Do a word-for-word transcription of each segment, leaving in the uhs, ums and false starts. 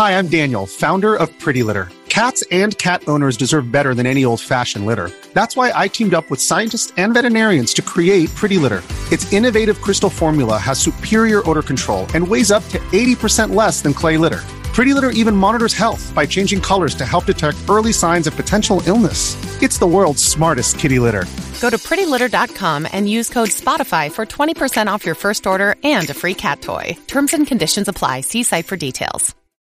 Hi, I'm Daniel, founder of Pretty Litter. Cats and cat owners deserve better than any old-fashioned litter. That's why I teamed up with scientists and veterinarians to create Pretty Litter. Its innovative crystal formula has superior odor control and weighs up to eighty percent less than clay litter. Pretty Litter even monitors health by changing colors to help detect early signs of potential illness. It's the world's smartest kitty litter. Go to pretty litter dot com and use code SPOTIFY for twenty percent off your first order and a free cat toy. Terms and conditions apply. See site for details.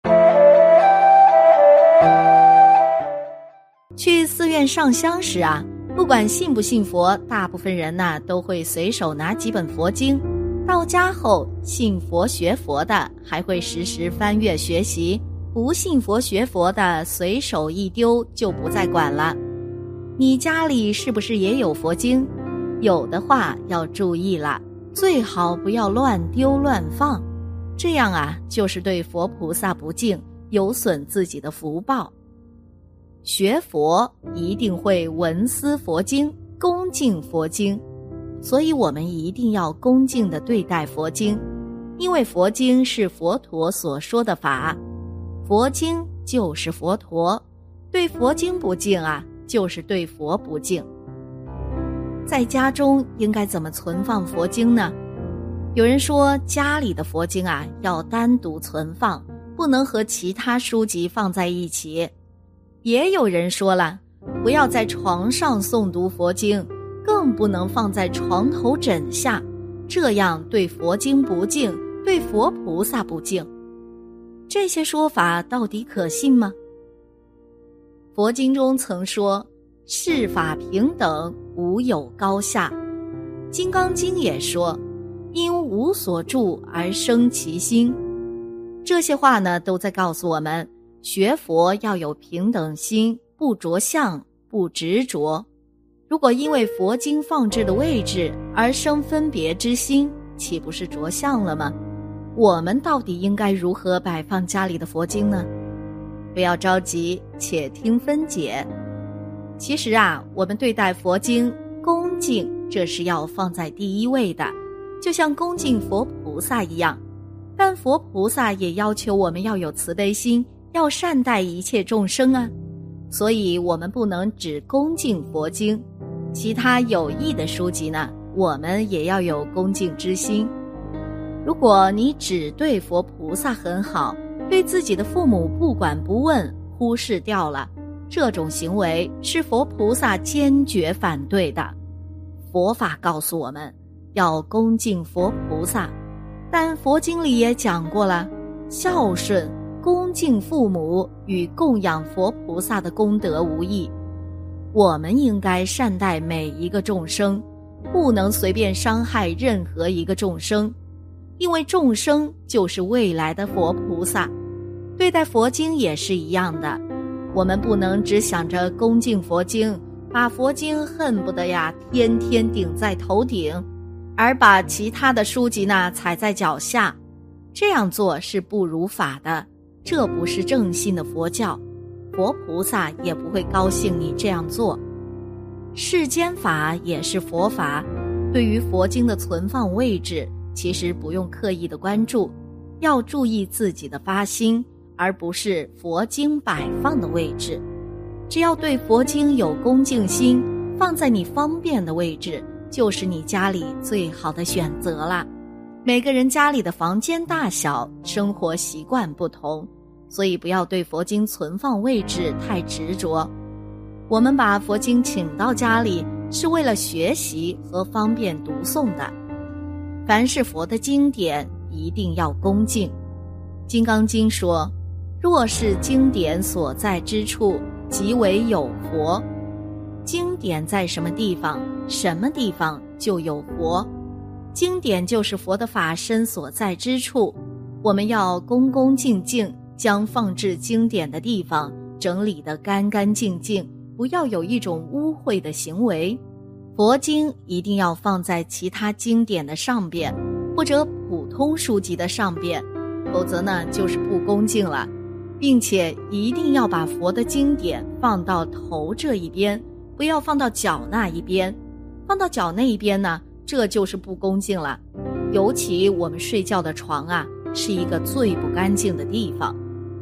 去寺院上香时啊，不管信不信佛，大部分人呢都会随手拿几本佛经。到家后，信佛学佛的还会时时翻阅学习，不信佛学佛的随手一丢就不再管了。你家里是不是也有佛经？有的话要注意了，最好不要乱丢乱放，这样啊就是对佛菩萨不敬，有损自己的福报。学佛一定会闻思佛经，恭敬佛经，所以我们一定要恭敬地对待佛经，因为佛经是佛陀所说的法，佛经就是佛陀，对佛经不敬啊，就是对佛不敬。在家中应该怎么存放佛经呢？有人说家里的佛经啊要单独存放，不能和其他书籍放在一起。也有人说了，不要在床上诵读佛经，更不能放在床头枕下，这样对佛经不敬，对佛菩萨不敬。这些说法到底可信吗？佛经中曾说，世法平等，无有高下。金刚经也说，因无所住而生其心。这些话呢，都在告诉我们，学佛要有平等心，不着相，不执着。如果因为佛经放置的位置而生分别之心，岂不是着相了吗？我们到底应该如何摆放家里的佛经呢？不要着急，且听分解。其实啊，我们对待佛经恭敬，这是要放在第一位的，就像恭敬佛菩萨一样。但佛菩萨也要求我们要有慈悲心，要善待一切众生啊，所以我们不能只恭敬佛经，其他有益的书籍呢，我们也要有恭敬之心。如果你只对佛菩萨很好，对自己的父母不管不问，忽视掉了，这种行为是佛菩萨坚决反对的。佛法告诉我们要恭敬佛菩萨，但佛经里也讲过了，孝顺恭敬父母与供养佛菩萨的功德无异。我们应该善待每一个众生，不能随便伤害任何一个众生，因为众生就是未来的佛菩萨。对待佛经也是一样的，我们不能只想着恭敬佛经，把佛经恨不得呀天天顶在头顶，而把其他的书籍呢踩在脚下，这样做是不如法的，这不是正信的佛教，佛菩萨也不会高兴你这样做。世间法也是佛法，对于佛经的存放位置，其实不用刻意的关注，要注意自己的发心，而不是佛经摆放的位置。只要对佛经有恭敬心，放在你方便的位置，就是你家里最好的选择了。每个人家里的房间大小，生活习惯不同，所以不要对佛经存放位置太执着。我们把佛经请到家里，是为了学习和方便读诵的。凡是佛的经典，一定要恭敬。金刚经说，若是经典所在之处，即为有佛。经典在什么地方，什么地方就有佛。经典就是佛的法身所在之处，我们要恭恭敬敬将放置经典的地方整理得干干净净，不要有一种污秽的行为。佛经一定要放在其他经典的上边，或者普通书籍的上边，否则呢就是不恭敬了。并且一定要把佛的经典放到头这一边，不要放到脚那一边。放到脚那一边呢，这就是不恭敬了。尤其我们睡觉的床啊，是一个最不干净的地方。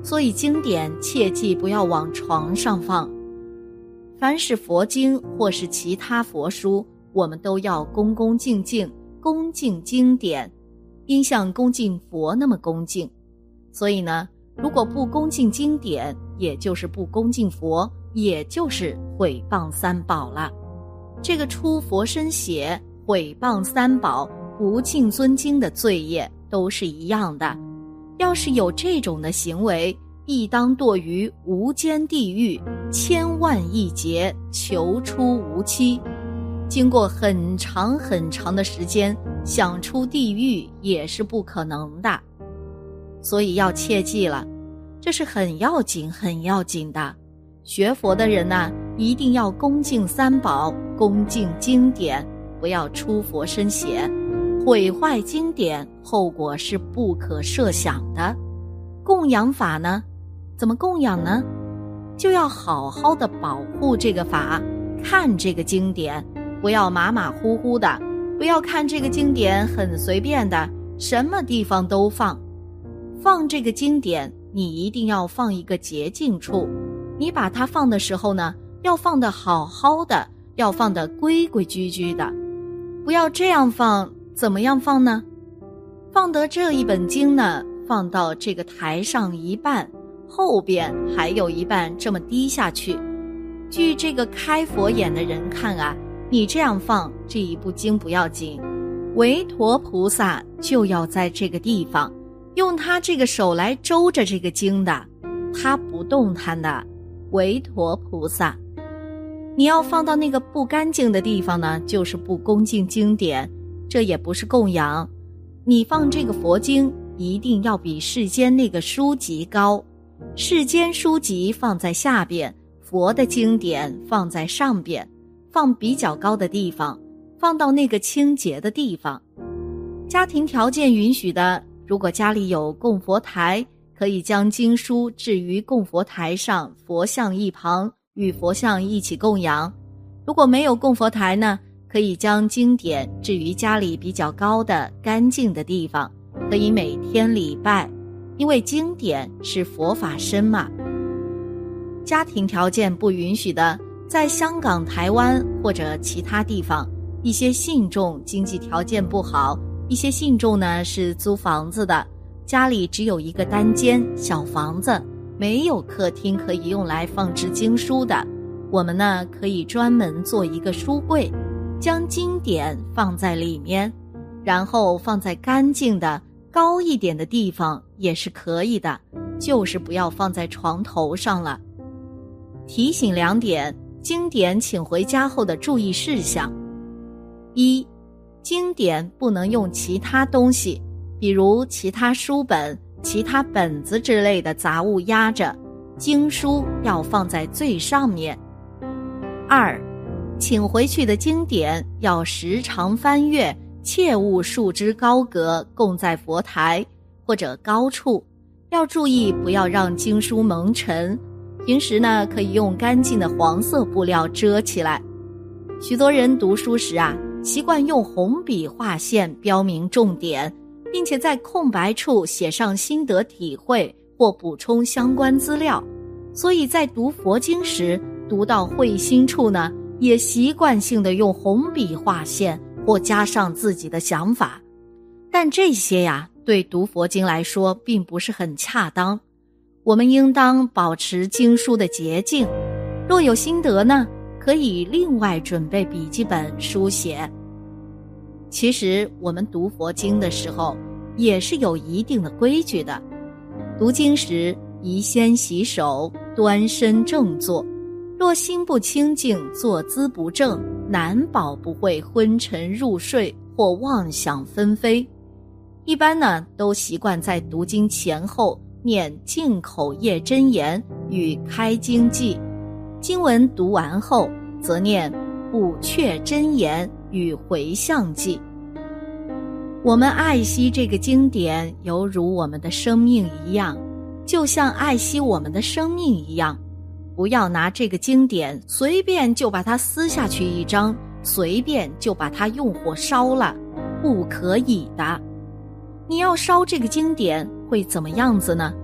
所以经典切记不要往床上放。凡是佛经或是其他佛书，我们都要恭恭敬敬，恭敬经典，应像恭敬佛那么恭敬。所以呢，如果不恭敬经典，也就是不恭敬佛，也就是毁谤三宝了。这个出佛身血、毁谤三宝、不敬尊经的罪业都是一样的。要是有这种的行为，亦当堕于无间地狱，千万亿劫，求出无期。经过很长很长的时间，想出地狱也是不可能的。所以要切记了，这是很要紧很要紧的。学佛的人呢、啊，一定要恭敬三宝，恭敬经典，不要出佛身血。毁坏经典，后果是不可设想的。供养法呢，怎么供养呢？就要好好的保护这个法，看这个经典，不要马马虎虎的，不要看这个经典很随便的，什么地方都放。放这个经典，你一定要放一个洁净处。你把它放的时候呢，要放得好好的，要放得规规矩矩的。不要这样放，怎么样放呢？放得这一本经呢，放到这个台上一半，后边还有一半这么低下去。据这个开佛眼的人看啊，你这样放这一部经不要紧，韦陀菩萨就要在这个地方，用他这个手来周着这个经的，他不动弹的。韦陀菩萨，你要放到那个不干净的地方呢，就是不恭敬经典，这也不是供养。你放这个佛经一定要比世间那个书籍高，世间书籍放在下边，佛的经典放在上边，放比较高的地方，放到那个清洁的地方。家庭条件允许的，如果家里有供佛台，可以将经书置于供佛台上，佛像一旁，与佛像一起供养。如果没有供佛台呢，可以将经典置于家里比较高的干净的地方，可以每天礼拜，因为经典是佛法身嘛。家庭条件不允许的，在香港、台湾或者其他地方，一些信众经济条件不好，一些信众呢是租房子的，家里只有一个单间小房子，没有客厅可以用来放置经书的，我们呢可以专门做一个书柜，将经典放在里面，然后放在干净的高一点的地方也是可以的，就是不要放在床头上了。提醒两点，经典请回家后的注意事项。一，经典不能用其他东西，比如其他书本、其他本子之类的杂物压着，经书要放在最上面。二，请回去的经典要时常翻阅，切勿束之高阁供在佛台或者高处，要注意不要让经书蒙尘。平时呢，可以用干净的黄色布料遮起来。许多人读书时啊，习惯用红笔画线标明重点，并且在空白处写上心得体会或补充相关资料。所以在读佛经时，读到会心处呢，也习惯性的用红笔画线或加上自己的想法。但这些呀，对读佛经来说并不是很恰当。我们应当保持经书的洁净，若有心得呢，可以另外准备笔记本书写。其实我们读佛经的时候也是有一定的规矩的，读经时宜先洗手，端身正坐，若心不清净，坐姿不正，难保不会昏沉入睡或妄想纷飞。一般呢，都习惯在读经前后念净口业真言与开经偈，经文读完后则念补阙真言与回向偈。我们爱惜这个经典，犹如我们的生命一样，就像爱惜我们的生命一样，不要拿这个经典随便就把它撕下去一张，随便就把它用火烧了，不可以的。你要烧这个经典会怎么样子呢？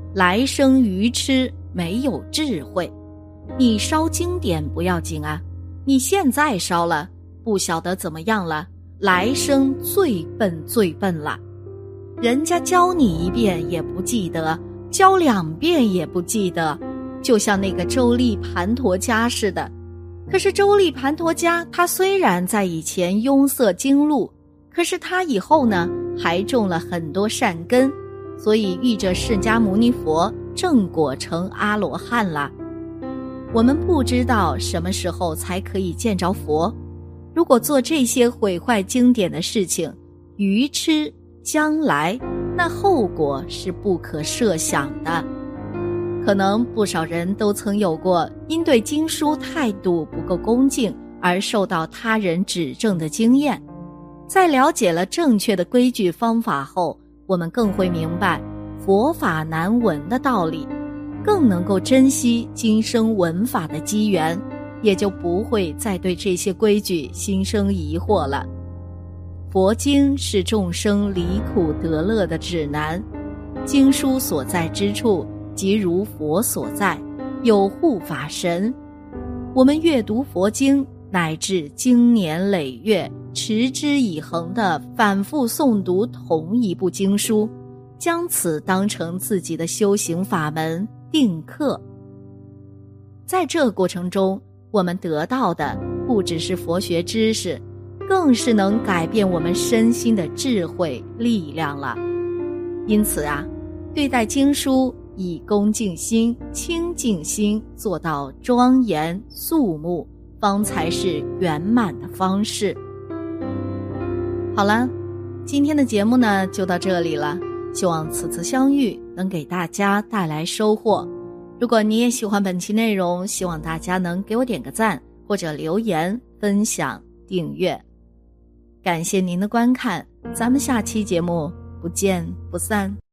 来生愚痴，没有智慧。你烧经典不要紧啊，你现在烧了，不晓得怎么样了，来生最笨最笨了。人家教你一遍也不记得，教两遍也不记得，就像那个周利盘陀家似的。可是周利盘陀家他虽然在以前拥塞经路，可是他以后呢还种了很多善根，所以遇着释迦牟尼佛正果成阿罗汉了。我们不知道什么时候才可以见着佛，如果做这些毁坏经典的事情，愚痴将来那后果是不可设想的。可能不少人都曾有过因对经书态度不够恭敬而受到他人指正的经验，在了解了正确的规矩方法后，我们更会明白佛法难闻的道理，更能够珍惜今生闻法的机缘，也就不会再对这些规矩心生疑惑了。佛经是众生离苦得乐的指南，经书所在之处即如佛所在，有护法神。我们阅读佛经，乃至经年累月持之以恒地反复诵读同一部经书，将此当成自己的修行法门定课。在这过程中，我们得到的不只是佛学知识，更是能改变我们身心的智慧力量了。因此啊，对待经书以恭敬心、清净心做到庄严肃穆，方才是圆满的方式。好了，今天的节目呢就到这里了，希望此次相遇能给大家带来收获。如果你也喜欢本期内容，希望大家能给我点个赞，或者留言、分享、订阅。感谢您的观看，咱们下期节目不见不散。